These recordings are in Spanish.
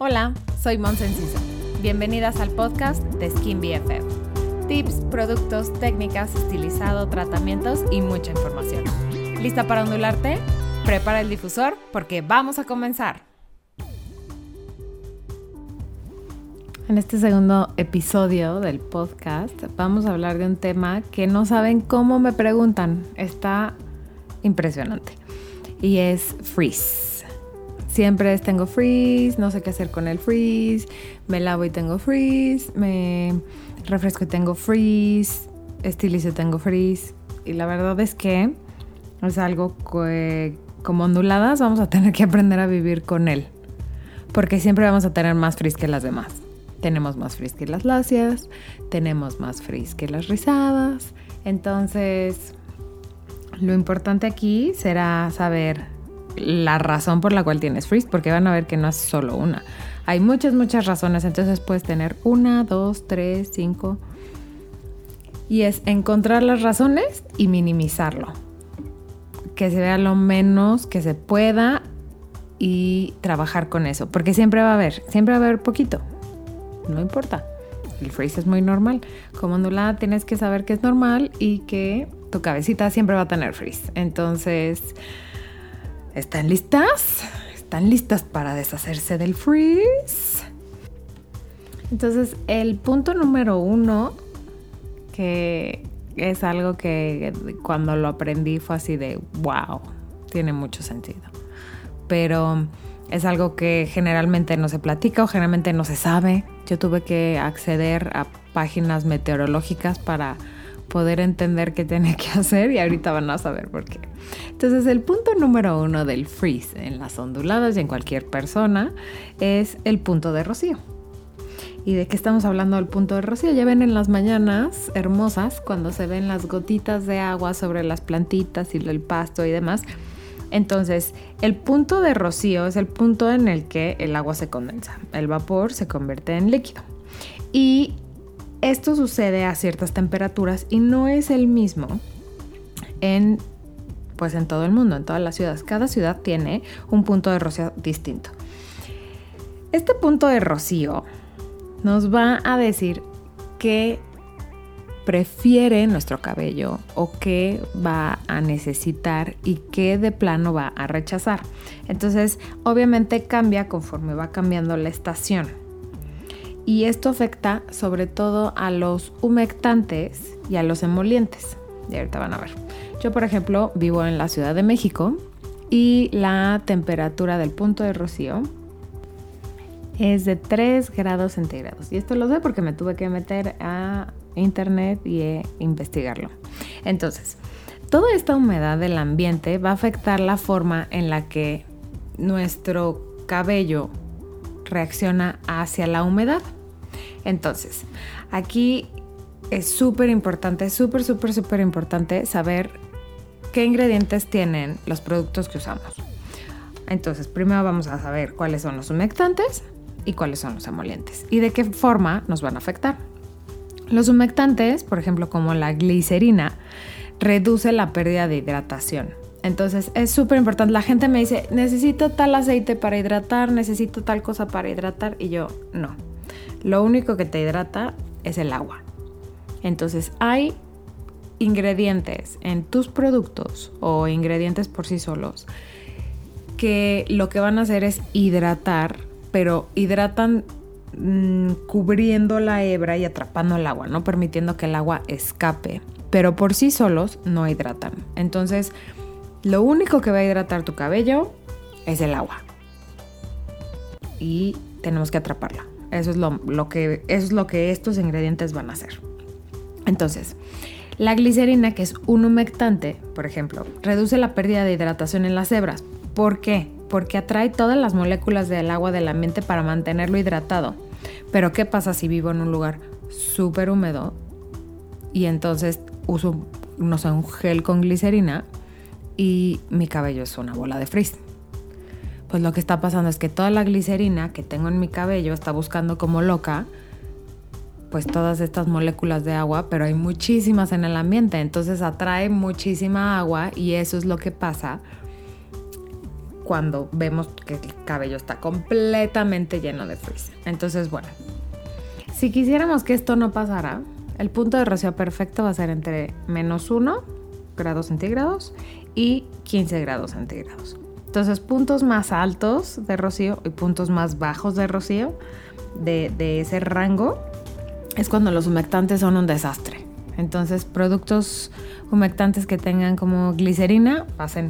Hola, soy Monse Enciso. Bienvenidas al podcast de Skin BFF. Tips, productos, técnicas, estilizado, tratamientos y mucha información. ¿Lista para ondularte? Prepara el difusor porque vamos a comenzar. En este segundo episodio del podcast vamos a hablar de un tema que no saben cómo me preguntan. Está impresionante. Y es frizz. Siempre tengo frizz, no sé qué hacer con el frizz, me lavo y tengo frizz, me refresco y tengo frizz, estilizo y tengo frizz. Y la verdad es que es algo que como onduladas vamos a tener que aprender a vivir con él. Porque siempre vamos a tener más frizz que las demás. Tenemos más frizz que las lacias, tenemos más frizz que las rizadas. Entonces, lo importante aquí será saber la razón por la cual tienes frizz, porque van a ver que no es solo una. Hay muchas razones, entonces puedes tener 1, 2, 3, 5. Y es encontrar las razones y minimizarlo. Que se vea lo menos que se pueda y trabajar con eso, porque siempre va a haber poquito. No importa. El frizz es muy normal. Como ondulada tienes que saber que es normal y que tu cabecita siempre va a tener frizz. Entonces, ¿están listas? ¿Están listas para deshacerse del frizz? Entonces, el punto número 1, que es algo que cuando lo aprendí fue así de wow, tiene mucho sentido. Pero es algo que generalmente no se platica o generalmente no se sabe. Yo tuve que acceder a páginas meteorológicas para poder entender qué tenía que hacer y ahorita van a saber por qué. Entonces, el punto número 1 del frizz en las onduladas y en cualquier persona es el punto de rocío. ¿Y de qué estamos hablando del punto de rocío? Ya ven en las mañanas hermosas cuando se ven las gotitas de agua sobre las plantitas y el pasto y demás. Entonces, el punto de rocío es el punto en el que el agua se condensa. El vapor se convierte en líquido. Y esto sucede a ciertas temperaturas y no es el mismo en todo el mundo, en todas las ciudades. Cada ciudad tiene un punto de rocío distinto. Este punto de rocío nos va a decir qué prefiere nuestro cabello o qué va a necesitar y qué de plano va a rechazar. Entonces, obviamente cambia conforme va cambiando la estación. Y esto afecta sobre todo a los humectantes y a los emolientes. Y ahorita van a ver. Yo, por ejemplo, vivo en la Ciudad de México y la temperatura del punto de rocío es de 3 grados centígrados. Y esto lo sé porque me tuve que meter a internet y investigarlo. Entonces, toda esta humedad del ambiente va a afectar la forma en la que nuestro cabello reacciona hacia la humedad. Entonces, aquí es súper importante saber qué ingredientes tienen los productos que usamos. Entonces, primero vamos a saber cuáles son los humectantes y cuáles son los emolientes y de qué forma nos van a afectar. Los humectantes, por ejemplo, como la glicerina, reduce la pérdida de hidratación. Entonces, es súper importante. La gente me dice, necesito tal aceite para hidratar, necesito tal cosa para hidratar. Y yo, no. Lo único que te hidrata es el agua. Entonces, hay ingredientes en tus productos o ingredientes por sí solos que lo que van a hacer es hidratar, pero hidratan cubriendo la hebra y atrapando el agua, no permitiendo que el agua escape. Pero por sí solos no hidratan. Entonces, lo único que va a hidratar tu cabello es el agua. Y tenemos que atraparla. Eso es lo que estos ingredientes van a hacer. Entonces, la glicerina, que es un humectante, por ejemplo, reduce la pérdida de hidratación en las hebras. ¿Por qué? Porque atrae todas las moléculas del agua del ambiente para mantenerlo hidratado. Pero ¿qué pasa si vivo en un lugar súper húmedo y entonces uso, no sé, un gel con glicerina y mi cabello es una bola de frizz? Pues lo que está pasando es que toda la glicerina que tengo en mi cabello está buscando como loca pues todas estas moléculas de agua, pero hay muchísimas en el ambiente, entonces atrae muchísima agua y eso es lo que pasa cuando vemos que el cabello está completamente lleno de frizz. Entonces, bueno, si quisiéramos que esto no pasara, el punto de rocío perfecto va a ser entre -1 grados centígrados y 15 grados centígrados. Entonces, puntos más altos de rocío y puntos más bajos de rocío de ese rango es cuando los humectantes son un desastre. Entonces, productos humectantes que tengan como glicerina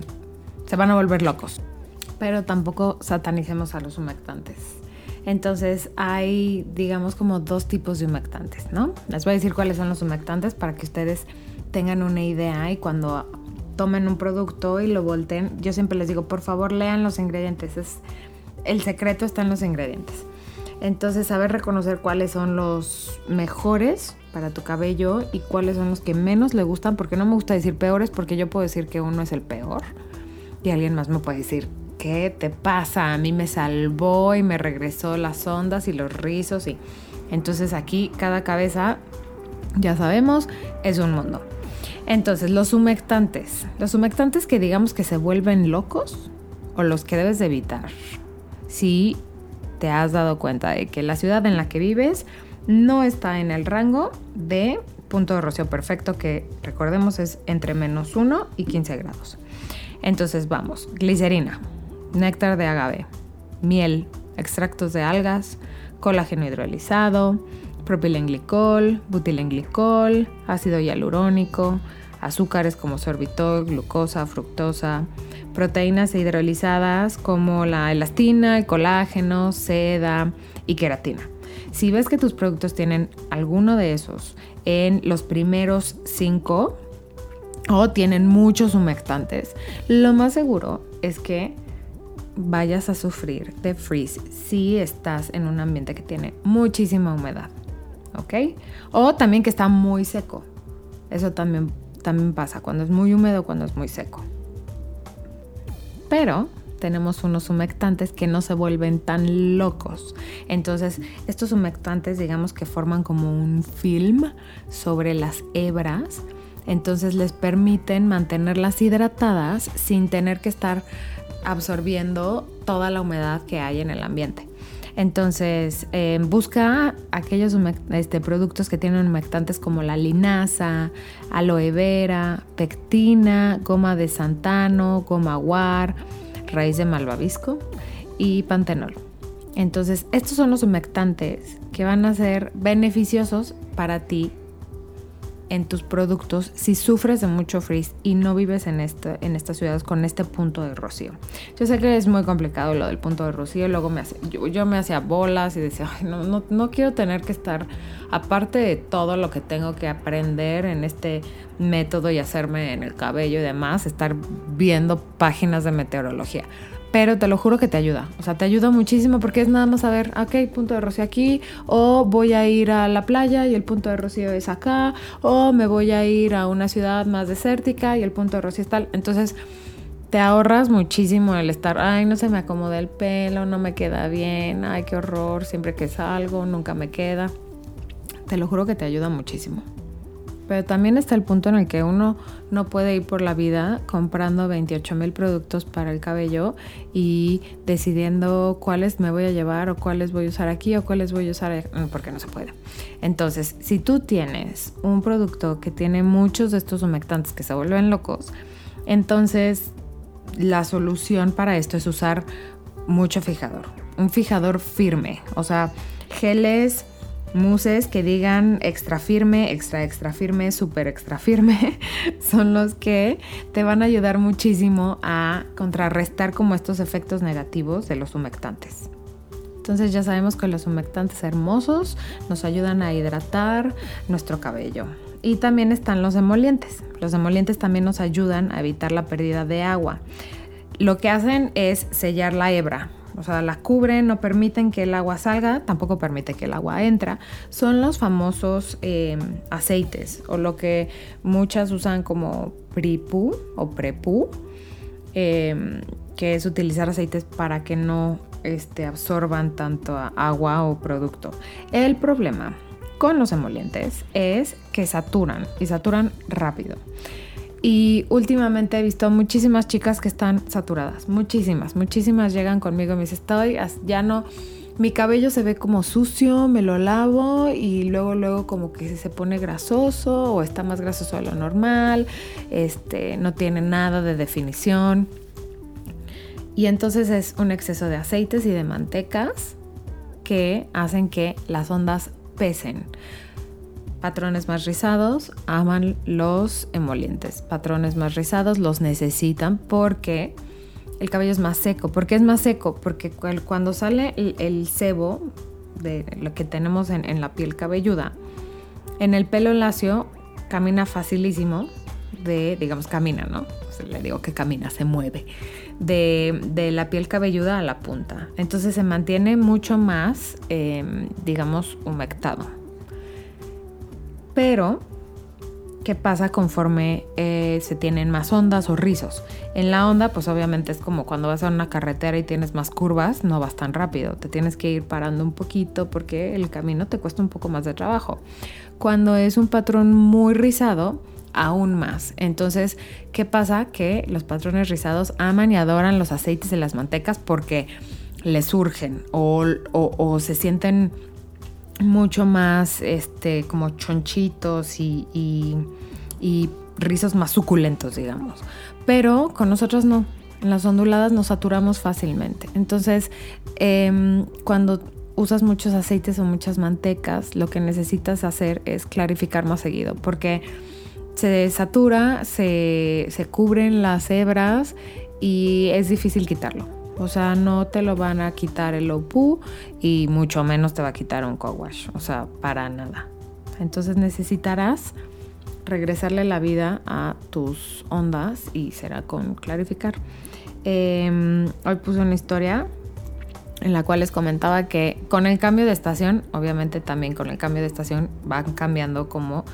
se van a volver locos. Pero tampoco satanicemos a los humectantes. Entonces, hay, digamos, como 2 tipos de humectantes, ¿no? Les voy a decir cuáles son los humectantes para que ustedes tengan una idea y cuando tomen un producto y lo volteen, yo siempre les digo, por favor, lean los ingredientes. El secreto está en los ingredientes. Entonces, saber reconocer cuáles son los mejores para tu cabello y cuáles son los que menos le gustan, porque no me gusta decir peores, porque yo puedo decir que uno es el peor y alguien más me puede decir, ¿qué te pasa? A mí me salvó y me regresó las ondas y los rizos. Y entonces aquí cada cabeza, ya sabemos, es un mundo. Entonces, los humectantes que digamos que se vuelven locos o los que debes de evitar. Si te has dado cuenta de que la ciudad en la que vives no está en el rango de punto de rocío perfecto, que recordemos es entre -1 y 15 grados. Entonces vamos, glicerina, néctar de agave, miel, extractos de algas, colágeno hidrolizado, propilenglicol, butilenglicol, ácido hialurónico, azúcares como sorbitol, glucosa, fructosa, proteínas hidrolizadas como la elastina, el colágeno, seda y queratina. Si ves que tus productos tienen alguno de esos en los primeros 5 o tienen muchos humectantes, lo más seguro es que vayas a sufrir de frizz si estás en un ambiente que tiene muchísima humedad, ¿ok? O también que está muy seco. Eso también pasa cuando es muy húmedo, cuando es muy seco. Pero tenemos unos humectantes que no se vuelven tan locos. Entonces, estos humectantes, digamos que forman como un film sobre las hebras. Entonces, les permiten mantenerlas hidratadas sin tener que estar absorbiendo toda la humedad que hay en el ambiente. Entonces, busca aquellos productos que tienen humectantes como la linaza, aloe vera, pectina, goma de santano, goma guar, raíz de malvavisco y pantenol. Entonces, estos son los humectantes que van a ser beneficiosos para ti en tus productos si sufres de mucho frizz y no vives en estas ciudades con este punto de rocío. Yo sé que es muy complicado lo del punto de rocío, luego yo me hacía bolas y decía, ay, no quiero tener que estar, aparte de todo lo que tengo que aprender en este método y hacerme en el cabello y demás, estar viendo páginas de meteorología. Pero te lo juro que te ayuda, o sea, te ayuda muchísimo porque es nada más saber, ok, punto de rocío aquí, o voy a ir a la playa y el punto de rocío es acá, o me voy a ir a una ciudad más desértica y el punto de rocío es tal. Entonces te ahorras muchísimo el estar, ay, no se me acomoda el pelo, no me queda bien, ay, qué horror, siempre que salgo nunca me queda. Te lo juro que te ayuda muchísimo. Pero también está el punto en el que uno no puede ir por la vida comprando 28,000 productos para el cabello y decidiendo cuáles me voy a llevar o cuáles voy a usar aquí o cuáles voy a usar, porque no se puede. Entonces, si tú tienes un producto que tiene muchos de estos humectantes que se vuelven locos, entonces la solución para esto es usar mucho fijador. Un fijador firme, o sea, geles, mousses que digan extra firme, extra firme, súper extra firme, son los que te van a ayudar muchísimo a contrarrestar como estos efectos negativos de los humectantes. Entonces ya sabemos que los humectantes hermosos nos ayudan a hidratar nuestro cabello. Y también están los emolientes. Los emolientes también nos ayudan a evitar la pérdida de agua. Lo que hacen es sellar la hebra. O sea, la cubren, no permiten que el agua salga, tampoco permite que el agua entre. Son los famosos aceites, o lo que muchas usan como pripú o prepú, que es utilizar aceites para que no absorban tanto agua o producto. El problema con los emolientes es que saturan, y saturan rápido. Y últimamente he visto muchísimas chicas que están saturadas, muchísimas llegan conmigo y me dicen, ya no, mi cabello se ve como sucio, me lo lavo y luego como que se pone grasoso o está más grasoso de lo normal, no tiene nada de definición. Y entonces es un exceso de aceites y de mantecas que hacen que las ondas pesen. Patrones más rizados aman los emolientes. Patrones más rizados los necesitan porque el cabello es más seco. ¿Por qué es más seco? Porque cuando sale el sebo de lo que tenemos en la piel cabelluda, en el pelo lacio camina facilísimo camina, ¿no? Le digo que camina, se mueve de la piel cabelluda a la punta. Entonces se mantiene mucho más, humectado. Pero, ¿qué pasa conforme se tienen más ondas o rizos? En la onda, pues obviamente es como cuando vas a una carretera y tienes más curvas, no vas tan rápido. Te tienes que ir parando un poquito porque el camino te cuesta un poco más de trabajo. Cuando es un patrón muy rizado, aún más. Entonces, ¿qué pasa? Que los patrones rizados aman y adoran los aceites y las mantecas porque les surgen o se sienten mucho más como chonchitos y rizos más suculentos, digamos. Pero con nosotros no. En las onduladas nos saturamos fácilmente. Entonces, cuando usas muchos aceites o muchas mantecas, lo que necesitas hacer es clarificar más seguido, porque se satura, se cubren las hebras y es difícil quitarlo. O sea, no te lo van a quitar el Opoo y mucho menos te va a quitar un co-wash. O sea, para nada. Entonces necesitarás regresarle la vida a tus ondas y será con clarificar. Hoy puse una historia en la cual les comentaba que con el cambio de estación, obviamente también con el cambio de estación van cambiando como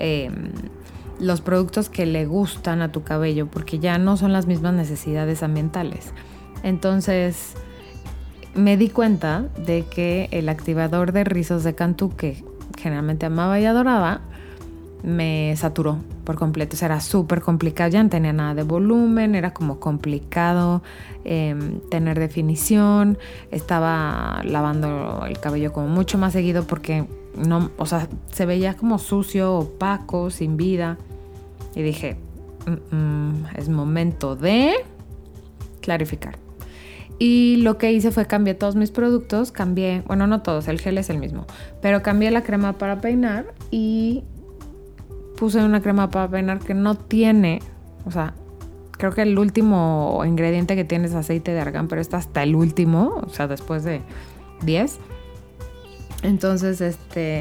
los productos que le gustan a tu cabello, porque ya no son las mismas necesidades ambientales. Entonces me di cuenta de que el activador de rizos de Cantu, que generalmente amaba y adoraba, me saturó por completo. O sea, era súper complicado, ya no tenía nada de volumen, era como complicado tener definición. Estaba lavando el cabello como mucho más seguido porque no, o sea, se veía como sucio, opaco, sin vida. Y dije, es momento de clarificar. Y lo que hice fue cambié todos mis productos, bueno, no todos, el gel es el mismo, pero cambié la crema para peinar y puse una crema para peinar que no tiene, o sea, creo que el último ingrediente que tiene es aceite de argán, pero está hasta el último, o sea, después de 10. Entonces,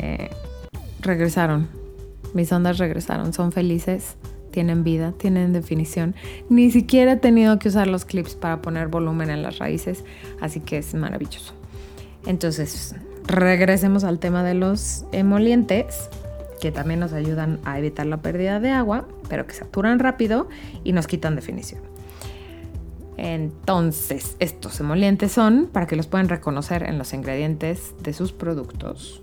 regresaron, mis ondas regresaron, son felices. Tienen vida, tienen definición. Ni siquiera he tenido que usar los clips para poner volumen en las raíces, así que es maravilloso. Entonces, regresemos al tema de los emolientes, que también nos ayudan a evitar la pérdida de agua, pero que saturan rápido y nos quitan definición. Entonces, estos emolientes son para que los puedan reconocer en los ingredientes de sus productos.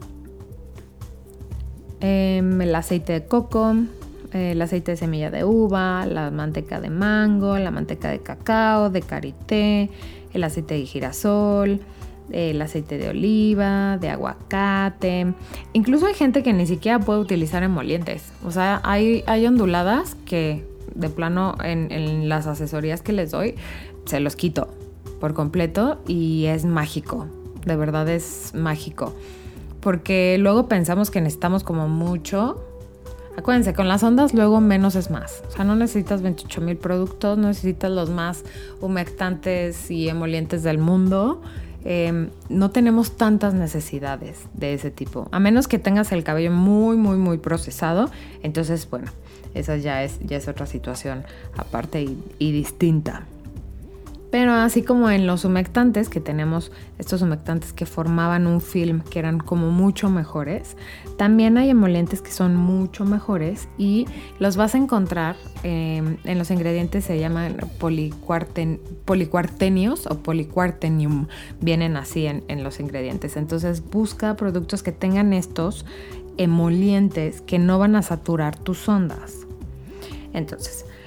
El aceite de coco, el aceite de semilla de uva, la manteca de mango, la manteca de cacao, de karité, el aceite de girasol, el aceite de oliva, de aguacate. Incluso hay gente que ni siquiera puede utilizar emolientes. O sea, hay onduladas que de plano en las asesorías que les doy se los quito por completo y es mágico. De verdad es mágico. Porque luego pensamos que necesitamos como mucho. Acuérdense, con las ondas luego menos es más. O sea, no necesitas 28,000 productos, no necesitas los más humectantes y emolientes del mundo. No tenemos tantas necesidades de ese tipo. A menos que tengas el cabello muy, muy, muy procesado. Entonces, bueno, esa ya es otra situación aparte y distinta. Pero así como en los humectantes, que tenemos estos humectantes que formaban un film que eran como mucho mejores, también hay emolientes que son mucho mejores y los vas a encontrar en los ingredientes, se llaman policuartenios o policuartenium, vienen así en los ingredientes. Entonces busca productos que tengan estos emolientes que no van a saturar tus ondas. Entonces,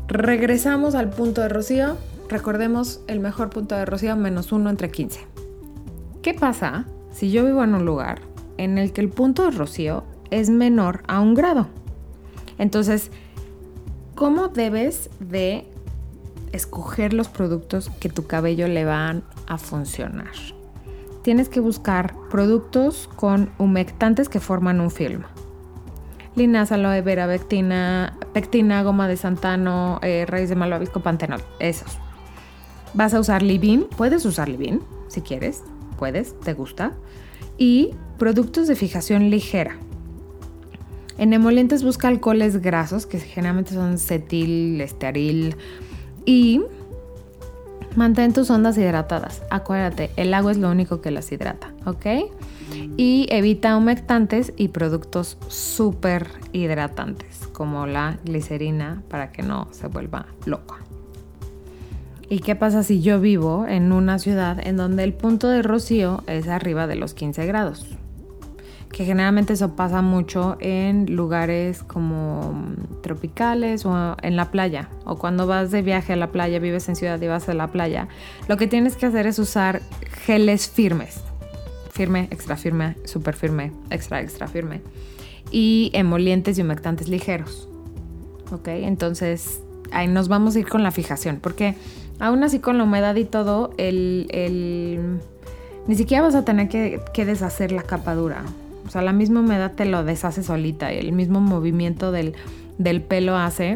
Regresamos al punto de rocío. Recordemos el mejor punto de rocío, -1 entre 15. ¿Qué pasa si yo vivo en un lugar en el que el punto de rocío es menor a 1 grado? Entonces, ¿cómo debes de escoger los productos que tu cabello le van a funcionar? Tienes que buscar productos con humectantes que forman un film. Linaza, aloe vera, pectina, goma de santano, raíz de malvavisco, pantenol. Esos. Vas a usar leave-in. Puedes usar leave-in si quieres. Puedes, te gusta. Y productos de fijación ligera. En emolientes busca alcoholes grasos, que generalmente son cetil, estearil. Y mantén tus ondas hidratadas. Acuérdate, el agua es lo único que las hidrata, ¿ok? Y evita humectantes y productos súper hidratantes, como la glicerina, para que no se vuelva loca. ¿Y qué pasa si yo vivo en una ciudad en donde el punto de rocío es arriba de los 15 grados? Que generalmente eso pasa mucho en lugares como tropicales o en la playa. O cuando vas de viaje a la playa, vives en ciudad y vas a la playa. Lo que tienes que hacer es usar geles firmes. Firme, extra firme, súper firme, extra firme. Y emolientes y humectantes ligeros. ¿Ok? Entonces, ahí nos vamos a ir con la fijación. Porque aún así con la humedad y todo, ni siquiera vas a tener que deshacer la capa dura. O sea, la misma humedad te lo deshace solita y el mismo movimiento del pelo hace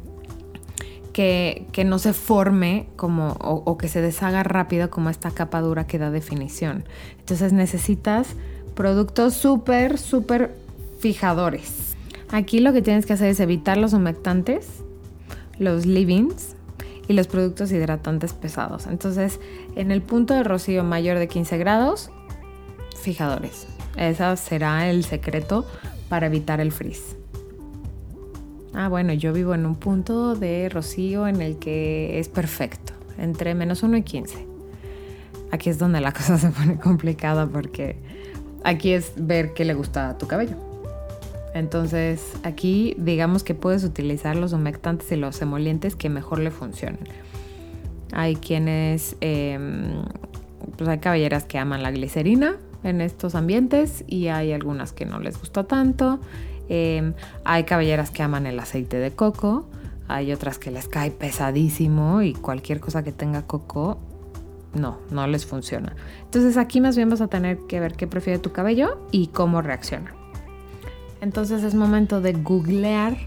que no se forme como o que se deshaga rápido como esta capa dura que da definición. Entonces necesitas productos súper fijadores. Aquí lo que tienes que hacer es evitar los humectantes, los leave-ins y los productos hidratantes pesados. Entonces, en el punto de rocío mayor de 15 grados, fijadores. Ese será el secreto para evitar el frizz. Bueno, yo vivo en un punto de rocío en el que es perfecto, entre -1 y 15. Aquí es donde la cosa se pone complicada porque aquí es ver qué le gusta a tu cabello. Entonces, aquí digamos que puedes utilizar los humectantes y los emolientes que mejor le funcionen. Hay quienes, pues hay cabelleras que aman la glicerina en estos ambientes y hay algunas que no les gusta tanto. Hay cabelleras que aman el aceite de coco, hay otras que les cae pesadísimo y cualquier cosa que tenga coco no les funciona. Entonces aquí más bien vas a tener que ver qué prefiere tu cabello y cómo reacciona. Entonces es momento de googlear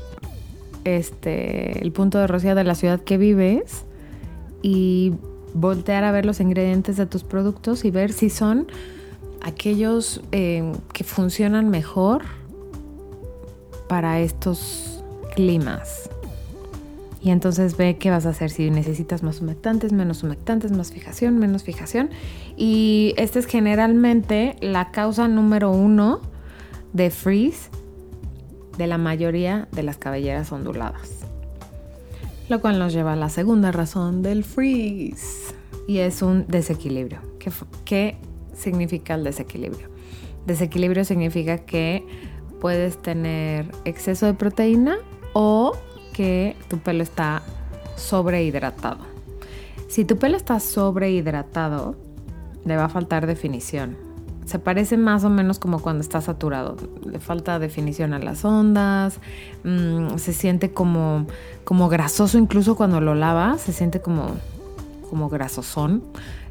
el punto de rocío de la ciudad que vives y voltear a ver los ingredientes de tus productos y ver si son aquellos que funcionan mejor para estos climas. Y entonces ve qué vas a hacer, si necesitas más humectantes, menos humectantes, más fijación, menos fijación. Y esta es generalmente la causa número 1 de frizz de la mayoría de las cabelleras onduladas. Lo cual nos lleva a la segunda razón del frizz. Y es un desequilibrio. ¿Qué significa el desequilibrio? Desequilibrio significa que puedes tener exceso de proteína o que tu pelo está sobrehidratado. Si tu pelo está sobrehidratado, le va a faltar definición. Se parece más o menos como cuando está saturado. Le falta definición a las ondas, se siente como grasoso, incluso cuando lo lavas, se siente como grasosón,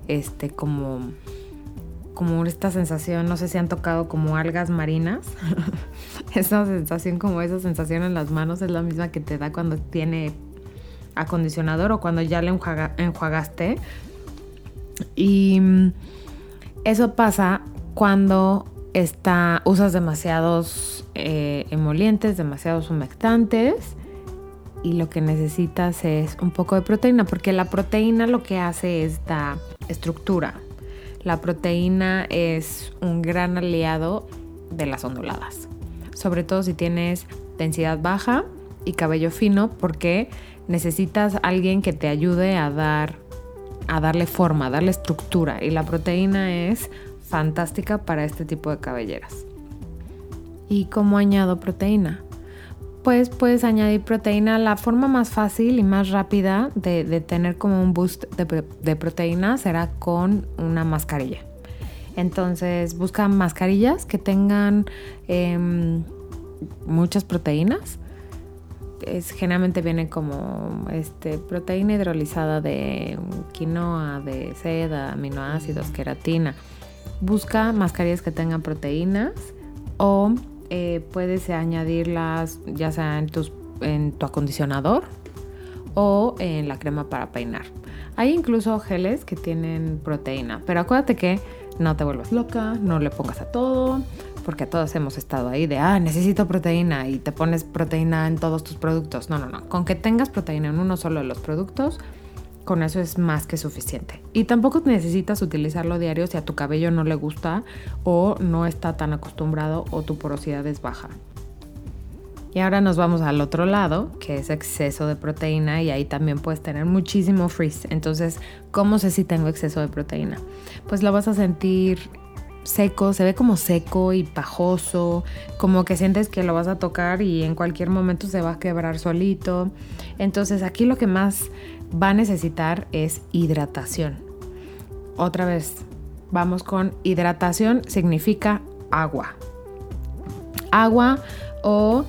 como esta sensación, no sé si han tocado como algas marinas. Esa sensación en las manos es la misma que te da cuando tiene acondicionador o cuando ya le enjuagaste. Y eso pasa cuando usas demasiados emolientes, demasiados humectantes, y lo que necesitas es un poco de proteína, porque la proteína lo que hace es dar estructura. La proteína es un gran aliado de las onduladas, sobre todo si tienes densidad baja y cabello fino, porque necesitas alguien que te ayude a darle forma, a darle estructura, y la proteína es fantástica para este tipo de cabelleras. ¿Y cómo añado proteína? pues puedes añadir proteína. La forma más fácil y más rápida de tener como un boost de proteína será con una mascarilla. Entonces busca mascarillas que tengan muchas proteínas. Generalmente viene como proteína hidrolizada de quinoa, de seda, aminoácidos, queratina. Busca mascarillas que tengan proteínas o puedes añadirlas ya sea en tu acondicionador o en la crema para peinar. Hay incluso geles que tienen proteína, pero acuérdate que no te vuelvas loca, no le pongas a todo, porque todos hemos estado ahí de, necesito proteína y te pones proteína en todos tus productos. No. Con que tengas proteína en uno solo de los productos, con eso es más que suficiente. Y tampoco necesitas utilizarlo diario si a tu cabello no le gusta o no está tan acostumbrado o tu porosidad es baja. Y ahora nos vamos al otro lado, que es exceso de proteína, y ahí también puedes tener muchísimo frizz. Entonces, ¿cómo sé si tengo exceso de proteína? Pues lo vas a sentir seco, se ve como seco y pajoso, como que sientes que lo vas a tocar y en cualquier momento se va a quebrar solito. Entonces, aquí lo que más va a necesitar es hidratación. Otra vez, vamos con hidratación, significa agua. Agua o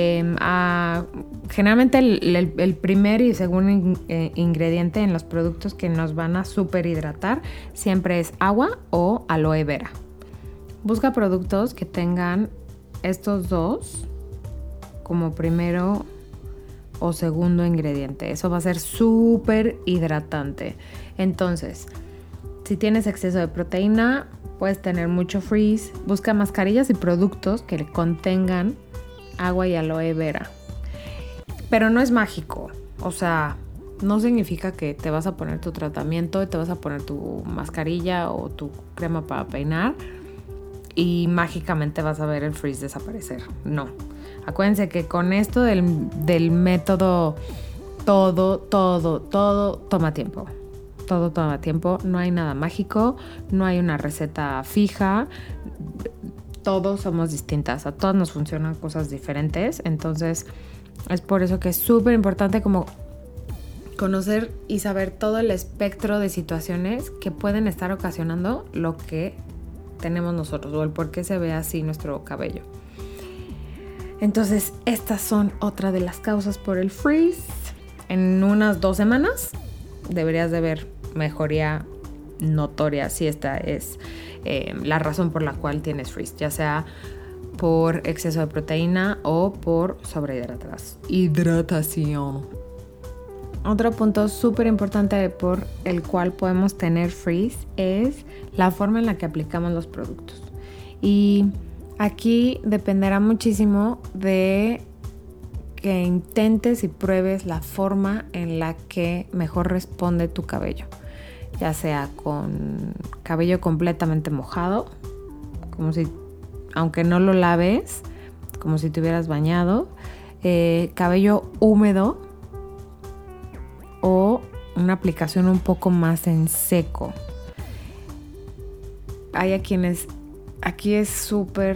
generalmente el primer y segundo ingrediente en los productos que nos van a super hidratar siempre es agua o aloe vera. Busca productos que tengan estos dos como primero o segundo ingrediente. Eso va a ser súper hidratante. Entonces, si tienes exceso de proteína, puedes tener mucho frizz. Busca mascarillas y productos que contengan agua y aloe vera. Pero no es mágico. O sea, no significa que te vas a poner tu tratamiento y te vas a poner tu mascarilla o tu crema para peinar y mágicamente vas a ver el frizz desaparecer. No. Acuérdense que con esto del método todo toma tiempo. Todo toma tiempo, no hay nada mágico, no hay una receta fija, todos somos distintas, a todas nos funcionan cosas diferentes, entonces es por eso que es súper importante como conocer y saber todo el espectro de situaciones que pueden estar ocasionando lo que tenemos nosotros o el por qué se ve así nuestro cabello. Entonces, estas son otra de las causas por el frizz. En unas 2 semanas deberías de ver mejoría notoria si esta es la razón por la cual tienes frizz, ya sea por exceso de proteína o por sobrehidratación. Otro punto súper importante por el cual podemos tener frizz es la forma en la que aplicamos los productos. Y aquí dependerá muchísimo de que intentes y pruebes la forma en la que mejor responde tu cabello, ya sea con cabello completamente mojado, como si, aunque no lo laves, como si te hubieras bañado, cabello húmedo o una aplicación un poco más en seco. Hay a quienes aquí es súper,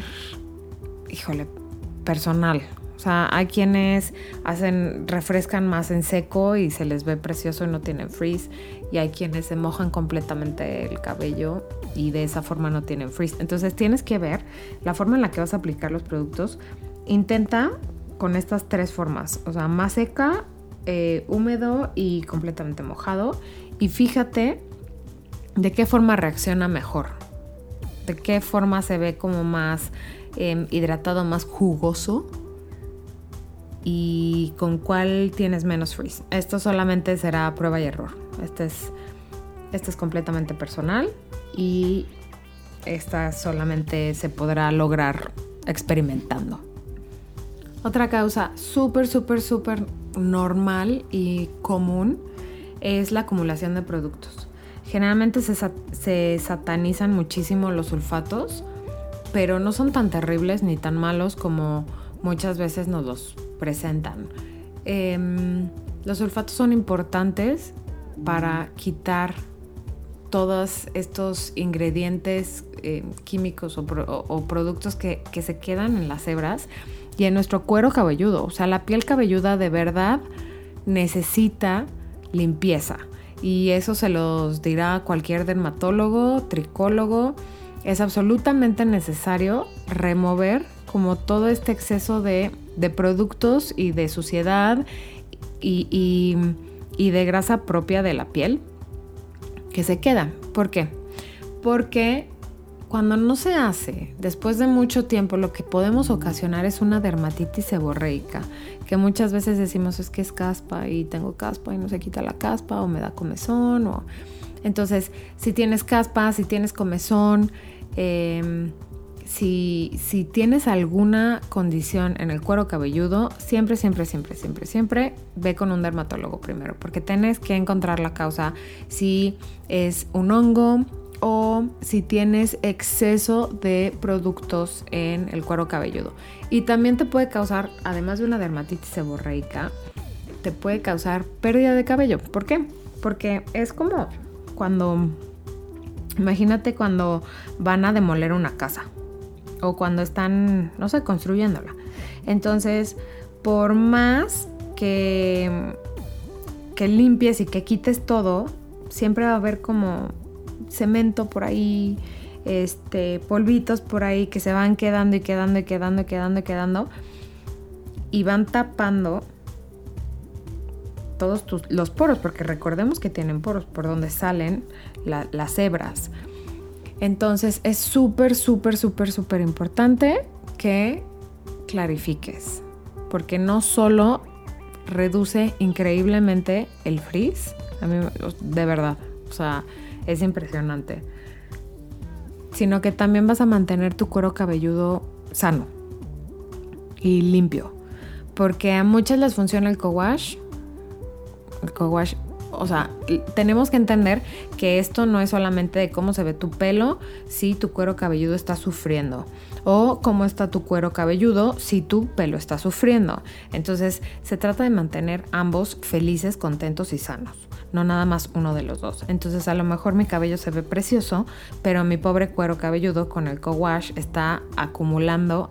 personal. O sea, hay quienes refrescan más en seco y se les ve precioso y no tienen frizz. Y hay quienes se mojan completamente el cabello y de esa forma no tienen frizz. Entonces tienes que ver la forma en la que vas a aplicar los productos. Intenta con estas 3 formas. O sea, más seca, húmedo y completamente mojado. Y fíjate de qué forma reacciona mejor. De qué forma se ve como más hidratado, más jugoso. Y con cuál tienes menos frizz. Esto solamente será prueba y error. Este es completamente personal y esta solamente se podrá lograr experimentando. Otra causa súper normal y común es la acumulación de productos. Generalmente se satanizan muchísimo los sulfatos, pero no son tan terribles ni tan malos como muchas veces nos los presentan. Los sulfatos son importantes para quitar todos estos ingredientes químicos o productos que se quedan en las hebras y en nuestro cuero cabelludo. O sea, la piel cabelluda de verdad necesita limpieza. Y eso se los dirá cualquier dermatólogo, tricólogo. Es absolutamente necesario remover como todo este exceso de productos y de suciedad y de grasa propia de la piel que se queda. ¿Por qué? Porque cuando no se hace, después de mucho tiempo, lo que podemos ocasionar es una dermatitis seborreica, que muchas veces decimos es que es caspa y tengo caspa y no se quita la caspa o me da comezón. Entonces, si tienes caspa, si tienes comezón, si tienes alguna condición en el cuero cabelludo, siempre ve con un dermatólogo primero, porque tienes que encontrar la causa, si es un hongo o si tienes exceso de productos en el cuero cabelludo. Y también te puede causar, además de una dermatitis seborreica, te puede causar pérdida de cabello. ¿Por qué? Porque es como imagínate cuando van a demoler una casa o cuando están, no sé, construyéndola. Entonces, por más que limpies y que quites todo, siempre va a haber como cemento por ahí, polvitos por ahí que se van quedando y van tapando todos los poros, porque recordemos que tienen poros por donde salen las hebras. Entonces es súper importante que clarifiques, porque no solo reduce increíblemente el frizz, a mí de verdad, o sea, es impresionante, sino que también vas a mantener tu cuero cabelludo sano y limpio, porque a muchas les funciona el co-wash. O sea, tenemos que entender que esto no es solamente de cómo se ve tu pelo si tu cuero cabelludo está sufriendo, o cómo está tu cuero cabelludo si tu pelo está sufriendo. Entonces, se trata de mantener ambos felices, contentos y sanos, no nada más uno de los dos. Entonces, a lo mejor mi cabello se ve precioso, pero mi pobre cuero cabelludo con el co-wash está acumulando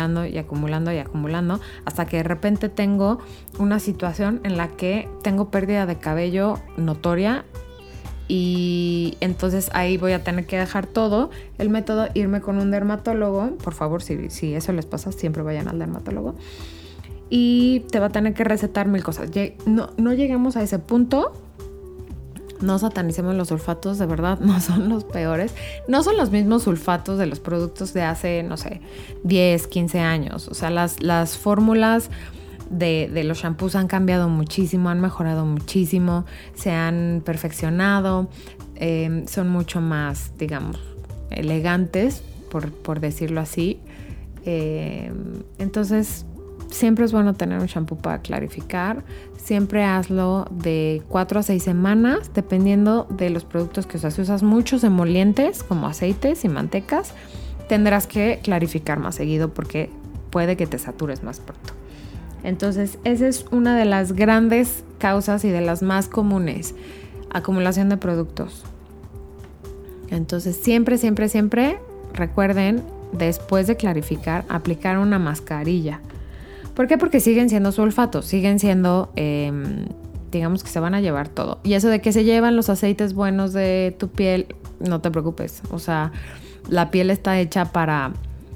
hasta que de repente tengo una situación en la que tengo pérdida de cabello notoria, y entonces ahí voy a tener que dejar todo el método, irme con un dermatólogo. Por favor, si eso les pasa, siempre vayan al dermatólogo, y te va a tener que recetar 1000 cosas. No lleguemos a ese punto. No satanicemos los sulfatos, de verdad, no son los peores. No son los mismos sulfatos de los productos de hace, no sé, 10, 15 años. O sea, las fórmulas de los shampoos han cambiado muchísimo, han mejorado muchísimo, se han perfeccionado, son mucho más, digamos, elegantes, por decirlo así. Entonces, siempre es bueno tener un shampoo para clarificar. Siempre hazlo de 4 a 6 semanas, dependiendo de los productos que usas. Si usas muchos emolientes, como aceites y mantecas, tendrás que clarificar más seguido porque puede que te satures más pronto. Entonces, esa es una de las grandes causas y de las más comunes: acumulación de productos. Entonces, siempre recuerden, después de clarificar, aplicar una mascarilla. ¿Por qué? Porque siguen siendo sulfatos, siguen siendo, digamos que se van a llevar todo. Y eso de que se llevan los aceites buenos de tu piel, no te preocupes. O sea, la piel está hecha para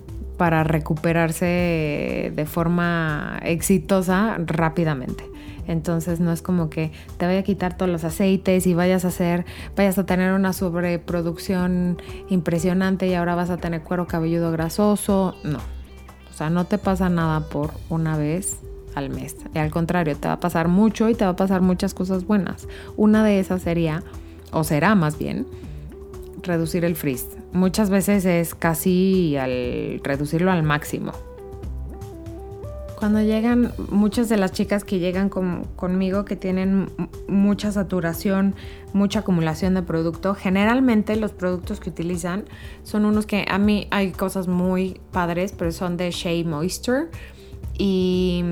recuperarse de forma exitosa rápidamente. Entonces no es como que te vaya a quitar todos los aceites y vayas a tener una sobreproducción impresionante y ahora vas a tener cuero cabelludo grasoso. No. O sea, no te pasa nada por una vez al mes. Y al contrario, te va a pasar mucho y te va a pasar muchas cosas buenas. Una de esas será más bien, reducir el frizz. Muchas veces es casi reducirlo al máximo. Cuando llegan, muchas de las chicas que llegan conmigo que tienen mucha saturación, mucha acumulación de producto, generalmente los productos que utilizan son unos que a mí hay cosas muy padres, pero son de Shea Moisture, y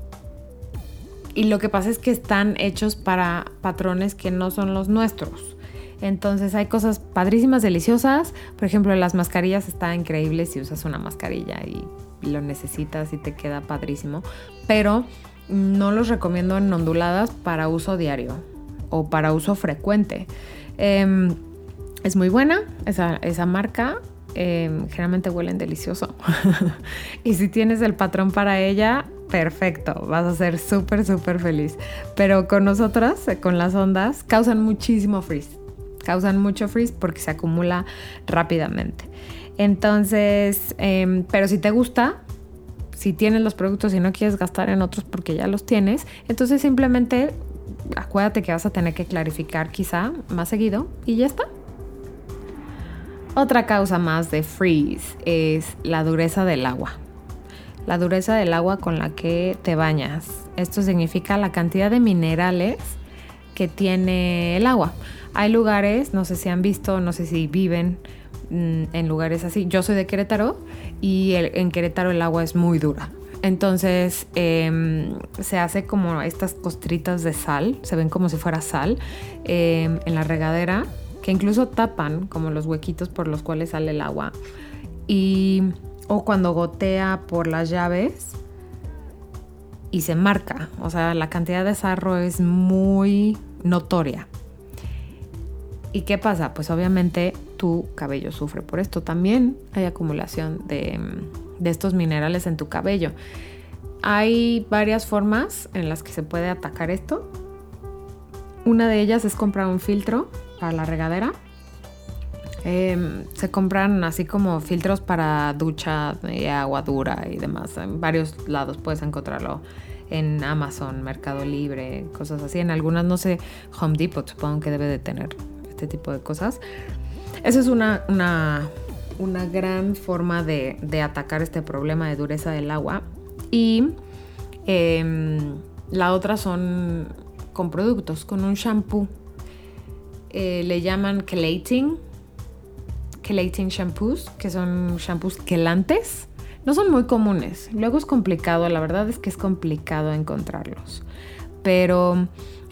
lo que pasa es que están hechos para patrones que no son los nuestros. Entonces hay cosas padrísimas, deliciosas. Por ejemplo, las mascarillas están increíbles si usas una mascarilla y lo necesitas y te queda padrísimo. Pero no los recomiendo en onduladas para uso diario o para uso frecuente. Es muy buena esa marca. Generalmente huelen delicioso. Y si tienes el patrón para ella, perfecto, vas a ser súper, súper feliz. Pero con nosotras, con las ondas, causan muchísimo frizz. Causan mucho frizz porque se acumula rápidamente. Entonces, pero si te gusta, si tienes los productos y no quieres gastar en otros porque ya los tienes, entonces simplemente acuérdate que vas a tener que clarificar quizá más seguido y ya está. Otra causa más de frizz es la dureza del agua. La dureza del agua con la que te bañas. Esto significa la cantidad de minerales que tiene el agua. Hay lugares, no sé si han visto, no sé si viven en lugares así. Yo soy de Querétaro y en Querétaro el agua es muy dura. Entonces se hace como estas costritas de sal, se ven como si fuera sal en la regadera, que incluso tapan como los huequitos por los cuales sale el agua. O cuando gotea por las llaves y se marca. O sea, la cantidad de sarro es muy notoria. ¿Y qué pasa? Pues obviamente tu cabello sufre por esto. También hay acumulación de estos minerales en tu cabello. Hay varias formas en las que se puede atacar esto. Una de ellas es comprar un filtro para la regadera. Se compran así como filtros para ducha de agua dura y demás. En varios lados puedes encontrarlo. En Amazon, Mercado Libre, cosas así. En algunas, no sé, Home Depot supongo que debe de tener este tipo de cosas. Esa es una gran forma de atacar este problema de dureza del agua. Y la otra son con productos, con un shampoo. Le llaman chelating shampoos, que son shampoos quelantes. No son muy comunes. Luego es complicado, la verdad es que es complicado encontrarlos. Pero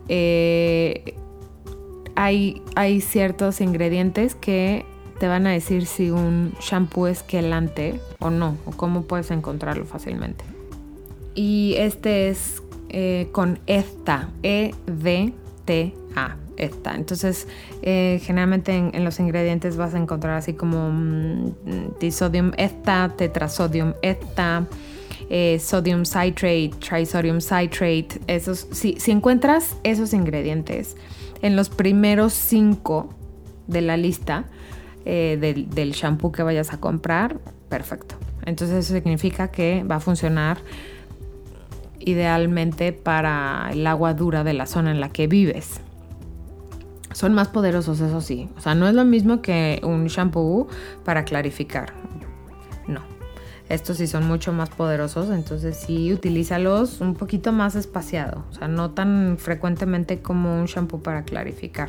hay ciertos ingredientes que te van a decir si un shampoo es quelante o no, o cómo puedes encontrarlo fácilmente. Y este es con EDTA, EDTA. Entonces, generalmente en los ingredientes vas a encontrar así como disodium EDTA, tetrasodium EDTA, sodium citrate, trisodium citrate. Si encuentras esos ingredientes en los primeros 5 de la lista del shampoo que vayas a comprar, perfecto. Entonces eso significa que va a funcionar idealmente para el agua dura de la zona en la que vives. Son más poderosos, eso sí. O sea, no es lo mismo que un shampoo para clarificar. No. Estos sí son mucho más poderosos, entonces sí, utilízalos un poquito más espaciado. O sea, no tan frecuentemente como un shampoo para clarificar.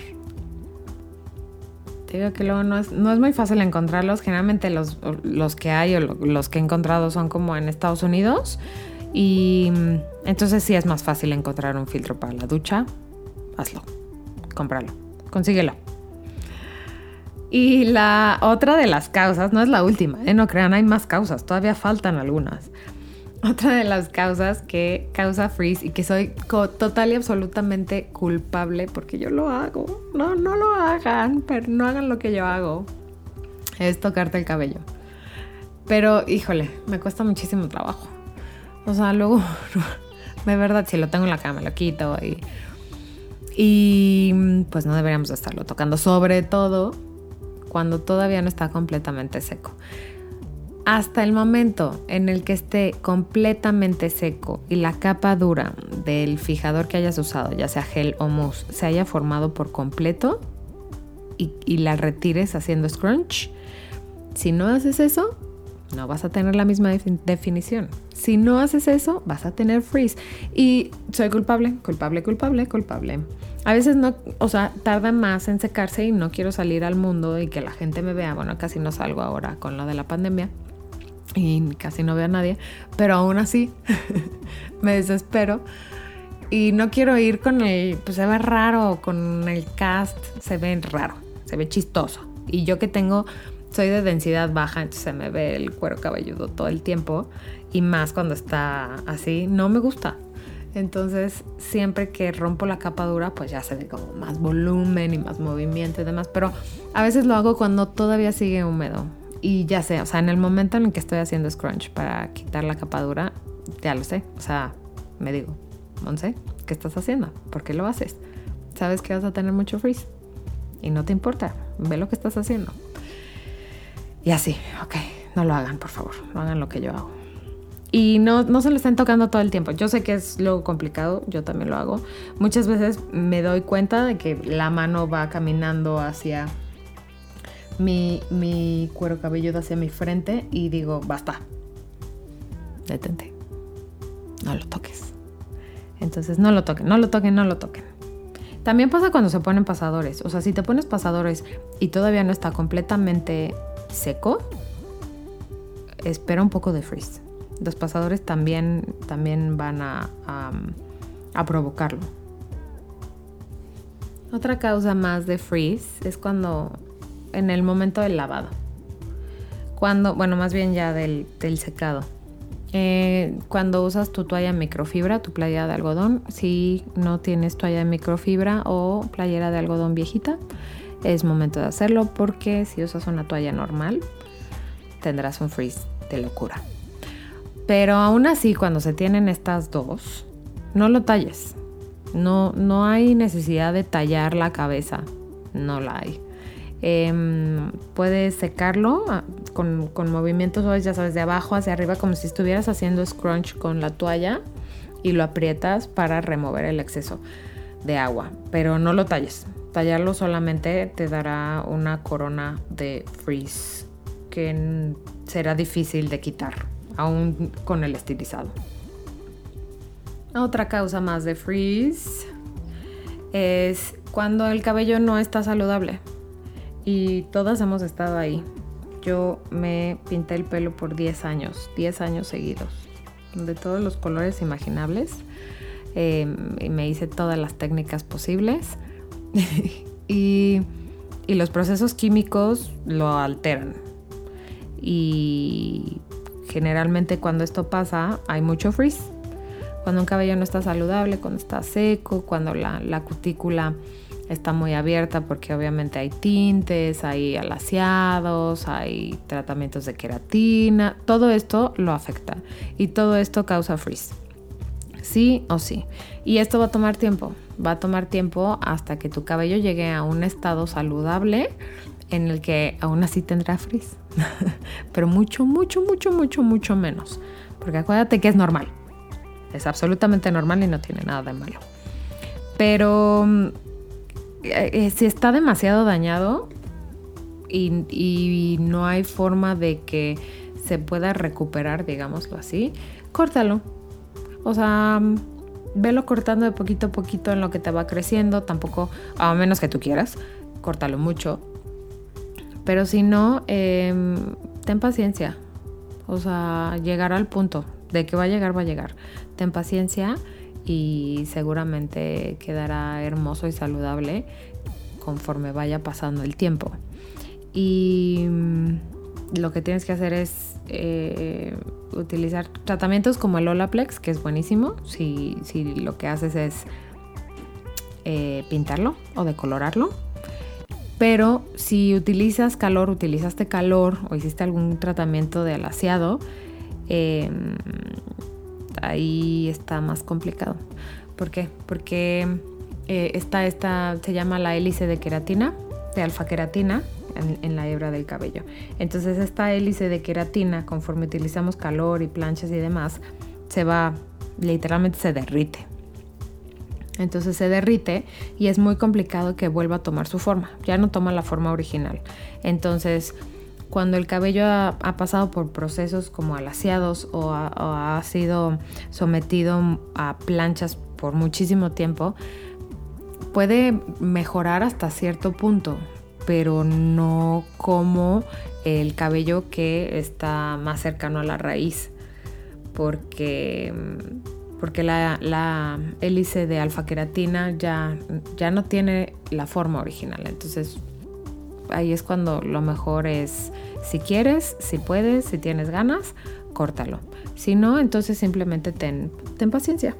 Te digo que luego no es muy fácil encontrarlos. Generalmente los que hay o los que he encontrado son como en Estados Unidos. Y entonces sí es más fácil encontrar un filtro para la ducha. Hazlo. Cómpralo. Consíguelo. Y la otra de las causas, no es la última, no crean, hay más causas, todavía faltan algunas. Otra de las causas que causa frizz y que soy total y absolutamente culpable porque yo lo hago. No lo hagan, pero no hagan lo que yo hago. Es tocarte el cabello. Pero, híjole, me cuesta muchísimo trabajo. O sea, luego, de verdad, si lo tengo en la cama, lo quito y pues no deberíamos estarlo tocando, sobre todo cuando todavía no está completamente seco. Hasta el momento en el que esté completamente seco y la capa dura del fijador que hayas usado, ya sea gel o mousse, se haya formado por completo y la retires haciendo scrunch, si no haces eso, no vas a tener la misma definición. Si no haces eso, vas a tener frizz. Y soy culpable. A veces no, o sea, tarda más en secarse y no quiero salir al mundo y que la gente me vea. Bueno, casi no salgo ahora con lo de la pandemia y casi no veo a nadie, pero aún así me desespero y no quiero ir con pues se ve raro, con el cast se ve raro, se ve chistoso. Y yo que soy de densidad baja, entonces se me ve el cuero cabelludo todo el tiempo y más cuando está así, no me gusta. Entonces, siempre que rompo la capa dura, pues ya se ve como más volumen y más movimiento y demás. Pero a veces lo hago cuando todavía sigue húmedo. Y ya sé, o sea, en el momento en el que estoy haciendo scrunch para quitar la capa dura, ya lo sé. O sea, me digo, Monse, ¿qué estás haciendo? ¿Por qué lo haces? Sabes que vas a tener mucho frizz y no te importa. Ve lo que estás haciendo. Y así, ok, no lo hagan, por favor. No hagan lo que yo hago. Y no se lo estén tocando todo el tiempo. Yo sé que es luego complicado, yo también lo hago. Muchas veces me doy cuenta de que la mano va caminando hacia mi cuero cabelludo, hacia mi frente, y digo, basta, detente, no lo toques. Entonces no lo toquen. También pasa cuando se ponen pasadores. O sea, si te pones pasadores y todavía no está completamente seco, espera un poco de frizz. Los pasadores también van a provocarlo. Otra causa más de frizz es cuando en el momento del lavado. Más bien ya del secado. Cuando usas tu toalla de microfibra, tu playera de algodón, si no tienes toalla de microfibra o playera de algodón viejita, es momento de hacerlo, porque si usas una toalla normal, tendrás un frizz de locura. Pero aún así, cuando se tienen estas dos, no lo talles. No hay necesidad de tallar la cabeza. No la hay. Puedes secarlo con movimientos suaves, ya sabes, de abajo hacia arriba, como si estuvieras haciendo scrunch con la toalla, y lo aprietas para remover el exceso de agua. Pero no lo talles. Tallarlo solamente te dará una corona de frizz que será difícil de quitar, aún con el estilizado. Otra causa más de frizz es cuando el cabello no está saludable. Y todas hemos estado ahí. Yo me pinté el pelo por 10 años seguidos, de todos los colores imaginables. Y me hice todas las técnicas posibles. y los procesos químicos lo alteran. Y generalmente cuando esto pasa, hay mucho frizz. Cuando un cabello no está saludable, cuando está seco, cuando la cutícula está muy abierta, porque obviamente hay tintes, hay alaciados, hay tratamientos de queratina, todo esto lo afecta y todo esto causa frizz, sí o sí. Y esto va a tomar tiempo hasta que tu cabello llegue a un estado saludable en el que aún así tendrá frizz, pero mucho menos, porque acuérdate que es normal, es absolutamente normal y no tiene nada de malo. Pero si está demasiado dañado y no hay forma de que se pueda recuperar, digámoslo así, córtalo. O sea, velo cortando de poquito a poquito en lo que te va creciendo. Tampoco, a menos que tú quieras, córtalo mucho. Pero si no, ten paciencia. O sea, llegará al punto de que va a llegar. Ten paciencia y seguramente quedará hermoso y saludable conforme vaya pasando el tiempo. Y lo que tienes que hacer es utilizar tratamientos como el Olaplex, que es buenísimo si lo que haces es pintarlo o decolorarlo. Pero si utilizaste calor o hiciste algún tratamiento de alaciado, ahí está más complicado. ¿Por qué? Porque esta se llama la hélice de queratina, de alfa-queratina en la hebra del cabello. Entonces esta hélice de queratina, conforme utilizamos calor y planchas y demás, literalmente se derrite. Entonces se derrite y es muy complicado que vuelva a tomar su forma. Ya no toma la forma original. Entonces, cuando el cabello ha pasado por procesos como alaciados o ha sido sometido a planchas por muchísimo tiempo, puede mejorar hasta cierto punto, pero no como el cabello que está más cercano a la raíz, porque la hélice de alfa-queratina ya no tiene la forma original. Entonces ahí es cuando lo mejor es, si quieres, si puedes, si tienes ganas, córtalo. Si no, entonces simplemente ten paciencia.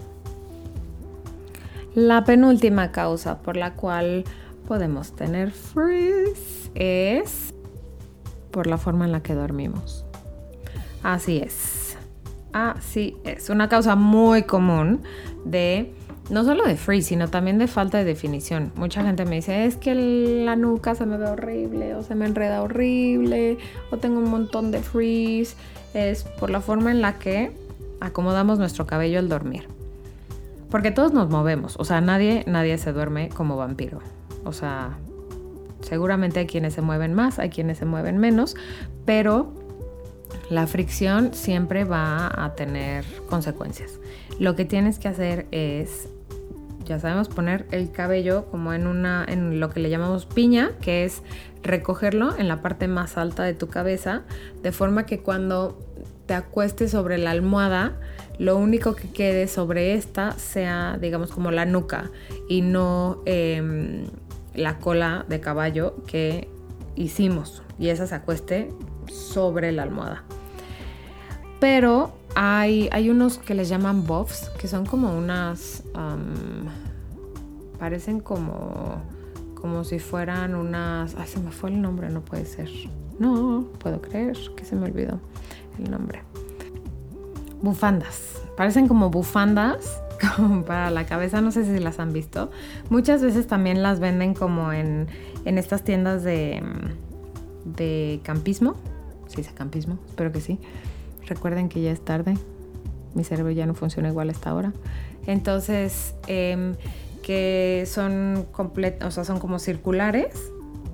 La penúltima causa por la cual podemos tener frizz es por la forma en la que dormimos. Así es. Una causa muy común no solo de frizz, sino también de falta de definición. Mucha gente me dice, es que la nuca se me ve horrible, o se me enreda horrible, o tengo un montón de frizz. Es por la forma en la que acomodamos nuestro cabello al dormir. Porque todos nos movemos, o sea, nadie se duerme como vampiro. O sea, seguramente hay quienes se mueven más, hay quienes se mueven menos, pero la fricción siempre va a tener consecuencias. Lo que tienes que hacer es, ya sabemos, poner el cabello como en lo que le llamamos piña, que es recogerlo en la parte más alta de tu cabeza, de forma que cuando te acuestes sobre la almohada, lo único que quede sobre esta sea, digamos, como la nuca y no la cola de caballo que hicimos, y esa se acueste sobre la almohada. Pero hay unos que les llaman buffs, que son como unas, parecen como si fueran unas, se me fue el nombre, no puede ser, no puedo creer que se me olvidó el nombre. Bufandas, parecen como bufandas como para la cabeza, no sé si las han visto. Muchas veces también las venden como en estas tiendas de campismo. ¿Se dice campismo? Espero que sí. Recuerden que ya es tarde, mi cerebro ya no funciona igual a esta hora. Entonces, que son son como circulares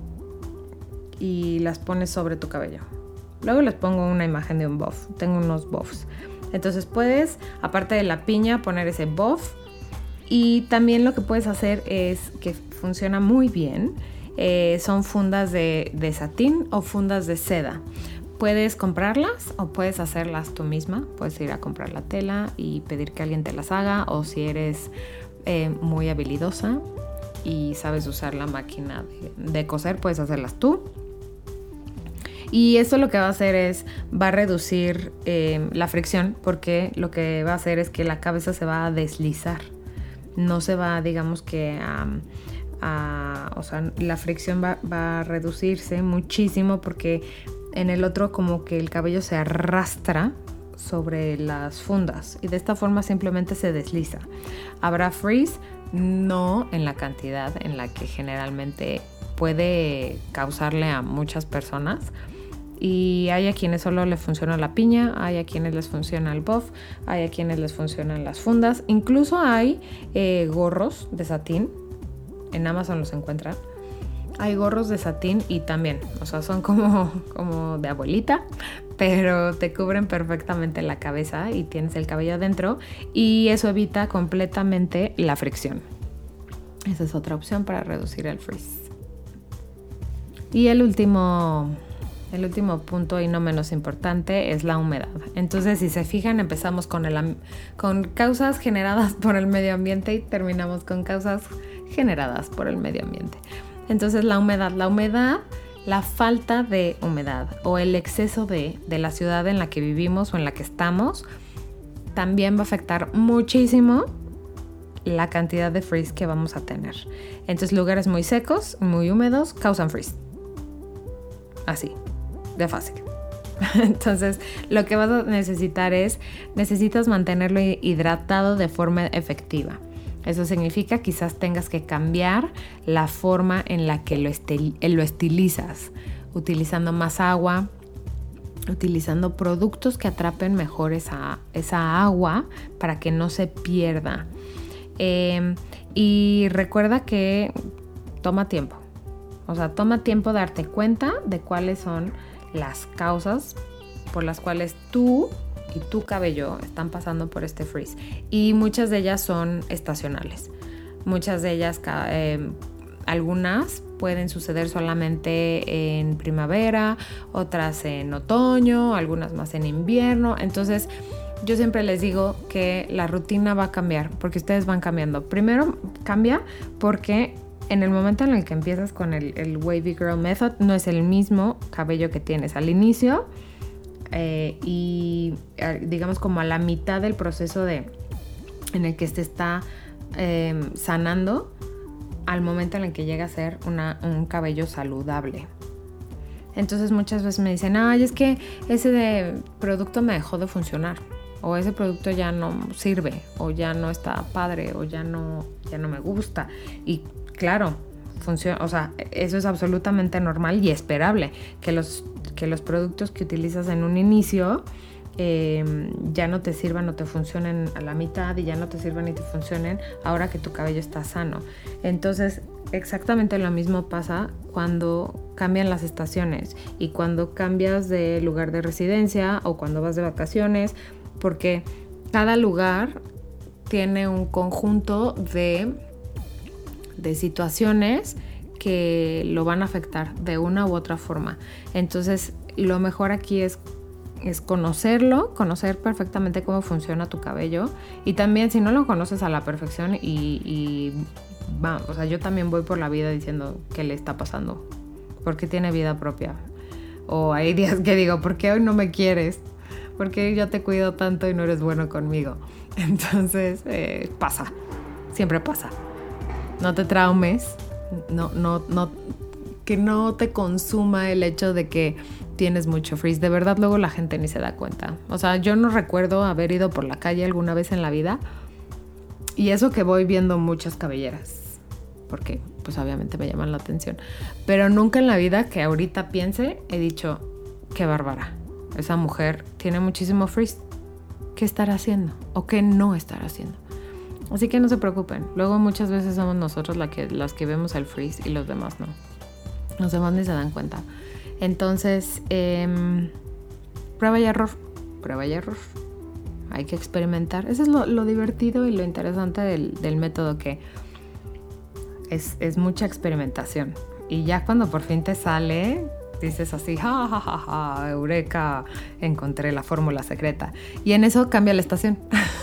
y las pones sobre tu cabello. Luego les pongo una imagen de un buff. Tengo unos buffs. Entonces puedes, aparte de la piña, poner ese buff. Y también lo que puedes hacer es, que funciona muy bien, son fundas de satín o fundas de seda. Puedes comprarlas o puedes hacerlas tú misma. Puedes ir a comprar la tela y pedir que alguien te las haga, o si eres muy habilidosa y sabes usar la máquina de coser, puedes hacerlas tú. Y esto lo que va a hacer es, va a reducir la fricción, porque lo que va a hacer es que la cabeza se va a deslizar. No se va, digamos que o sea, la fricción va a reducirse muchísimo, porque en el otro como que el cabello se arrastra sobre las fundas y de esta forma simplemente se desliza. Habrá frizz, no en la cantidad en la que generalmente puede causarle a muchas personas. Y hay a quienes solo les funciona la piña, hay a quienes les funciona el buff, hay a quienes les funcionan las fundas. Incluso hay gorros de satín, en Amazon los encuentran. Hay gorros de satín y también, o sea, son como de abuelita, pero te cubren perfectamente la cabeza y tienes el cabello adentro, y eso evita completamente la fricción. Esa es otra opción para reducir el frizz. Y el último punto, y no menos importante, es la humedad. Entonces, si se fijan, empezamos con causas generadas por el medio ambiente y terminamos con causas generadas por el medio ambiente. Entonces, la humedad, la falta de humedad o el exceso de la ciudad en la que vivimos o en la que estamos, también va a afectar muchísimo la cantidad de frizz que vamos a tener. Entonces, lugares muy secos, muy húmedos, causan frizz. Así, de fácil. Entonces, lo que vas a necesitar necesitas mantenerlo hidratado de forma efectiva. Eso significa quizás tengas que cambiar la forma en la que lo estilizas, utilizando más agua, utilizando productos que atrapen mejor esa agua para que no se pierda. Y recuerda que toma tiempo. O sea, toma tiempo darte cuenta de cuáles son las causas por las cuales tú y tu cabello están pasando por este frizz. Y muchas de ellas son estacionales. Muchas de ellas, algunas pueden suceder solamente en primavera, otras en otoño, algunas más en invierno. Entonces, yo siempre les digo que la rutina va a cambiar porque ustedes van cambiando. Primero cambia porque en el momento en el que empiezas con el Wavy Girl Method, no es el mismo cabello que tienes al inicio y digamos como a la mitad del proceso en el que se está sanando al momento en el que llega a ser un cabello saludable. Entonces muchas veces me dicen, ay, es que ese producto me dejó de funcionar, o ese producto ya no sirve, o ya no está padre, o ya no me gusta. Y claro, funciona, o sea, eso es absolutamente normal y esperable, que los productos que utilizas en un inicio ya no te sirvan o te funcionen a la mitad, y ya no te sirvan y te funcionen ahora que tu cabello está sano. Entonces exactamente lo mismo pasa cuando cambian las estaciones y cuando cambias de lugar de residencia o cuando vas de vacaciones, porque cada lugar tiene un conjunto de situaciones que lo van a afectar de una u otra forma. Entonces lo mejor aquí es conocer perfectamente cómo funciona tu cabello, y también si no lo conoces a la perfección o sea, yo también voy por la vida diciendo qué le está pasando, porque tiene vida propia. O hay días que digo, ¿por qué hoy no me quieres? ¿Por qué yo te cuido tanto y no eres bueno conmigo? Entonces pasa, siempre pasa. No te traumes, que no te consuma el hecho de que tienes mucho frizz. De verdad, luego la gente ni se da cuenta. O sea, yo no recuerdo haber ido por la calle alguna vez en la vida, y eso que voy viendo muchas cabelleras, porque pues obviamente me llaman la atención, pero nunca en la vida que ahorita piense he dicho, qué bárbara, esa mujer tiene muchísimo frizz, ¿qué estará haciendo? ¿O qué no estará haciendo? Así que no se preocupen, luego muchas veces somos nosotros las que vemos el frizz y los demás no. Los demás ni se dan cuenta. Entonces, prueba y error. Hay que experimentar. Eso es lo divertido y lo interesante del método, que es mucha experimentación. Y ya cuando por fin te sale, dices así, ja, ja, ja, ja, eureka, encontré la fórmula secreta. Y en eso cambia la estación.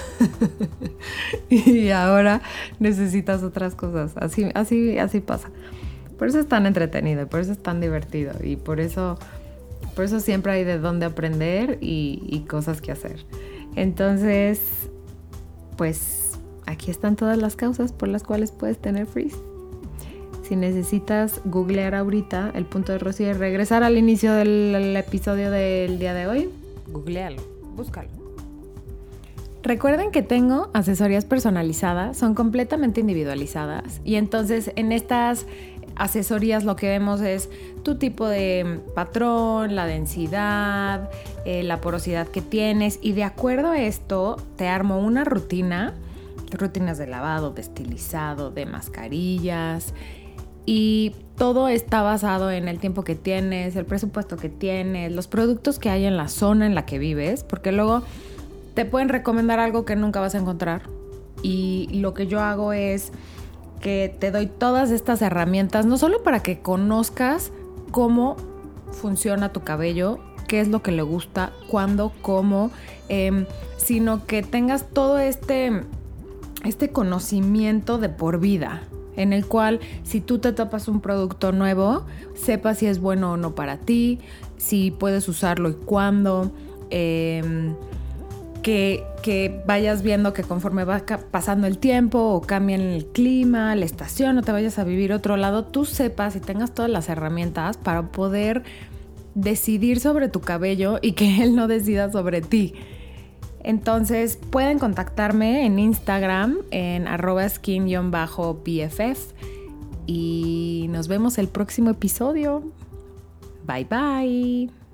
Y ahora necesitas otras cosas. Así pasa. Por eso es tan entretenido, y por eso es tan divertido, y por eso siempre hay de dónde aprender y cosas que hacer. Entonces, pues aquí están todas las causas por las cuales puedes tener frizz. Si necesitas googlear ahorita el punto de Rosy y regresar al inicio del episodio del día de hoy, googlealo, búscalo. Recuerden que tengo asesorías personalizadas, son completamente individualizadas, y entonces en estas asesorías lo que vemos es tu tipo de patrón, la densidad, la porosidad que tienes, y de acuerdo a esto te armo una rutinas de lavado, de estilizado, de mascarillas, y todo está basado en el tiempo que tienes, el presupuesto que tienes, los productos que hay en la zona en la que vives, porque luego te pueden recomendar algo que nunca vas a encontrar, y lo que yo hago es que te doy todas estas herramientas, no solo para que conozcas cómo funciona tu cabello, qué es lo que le gusta, cuándo, cómo, sino que tengas todo este conocimiento de por vida, en el cual si tú te topas un producto nuevo, sepas si es bueno o no para ti, si puedes usarlo y cuándo, que vayas viendo que conforme va pasando el tiempo o cambia el clima, la estación, o te vayas a vivir a otro lado, tú sepas y tengas todas las herramientas para poder decidir sobre tu cabello y que él no decida sobre ti. Entonces pueden contactarme en Instagram en @skin_bff, y nos vemos el próximo episodio. Bye bye.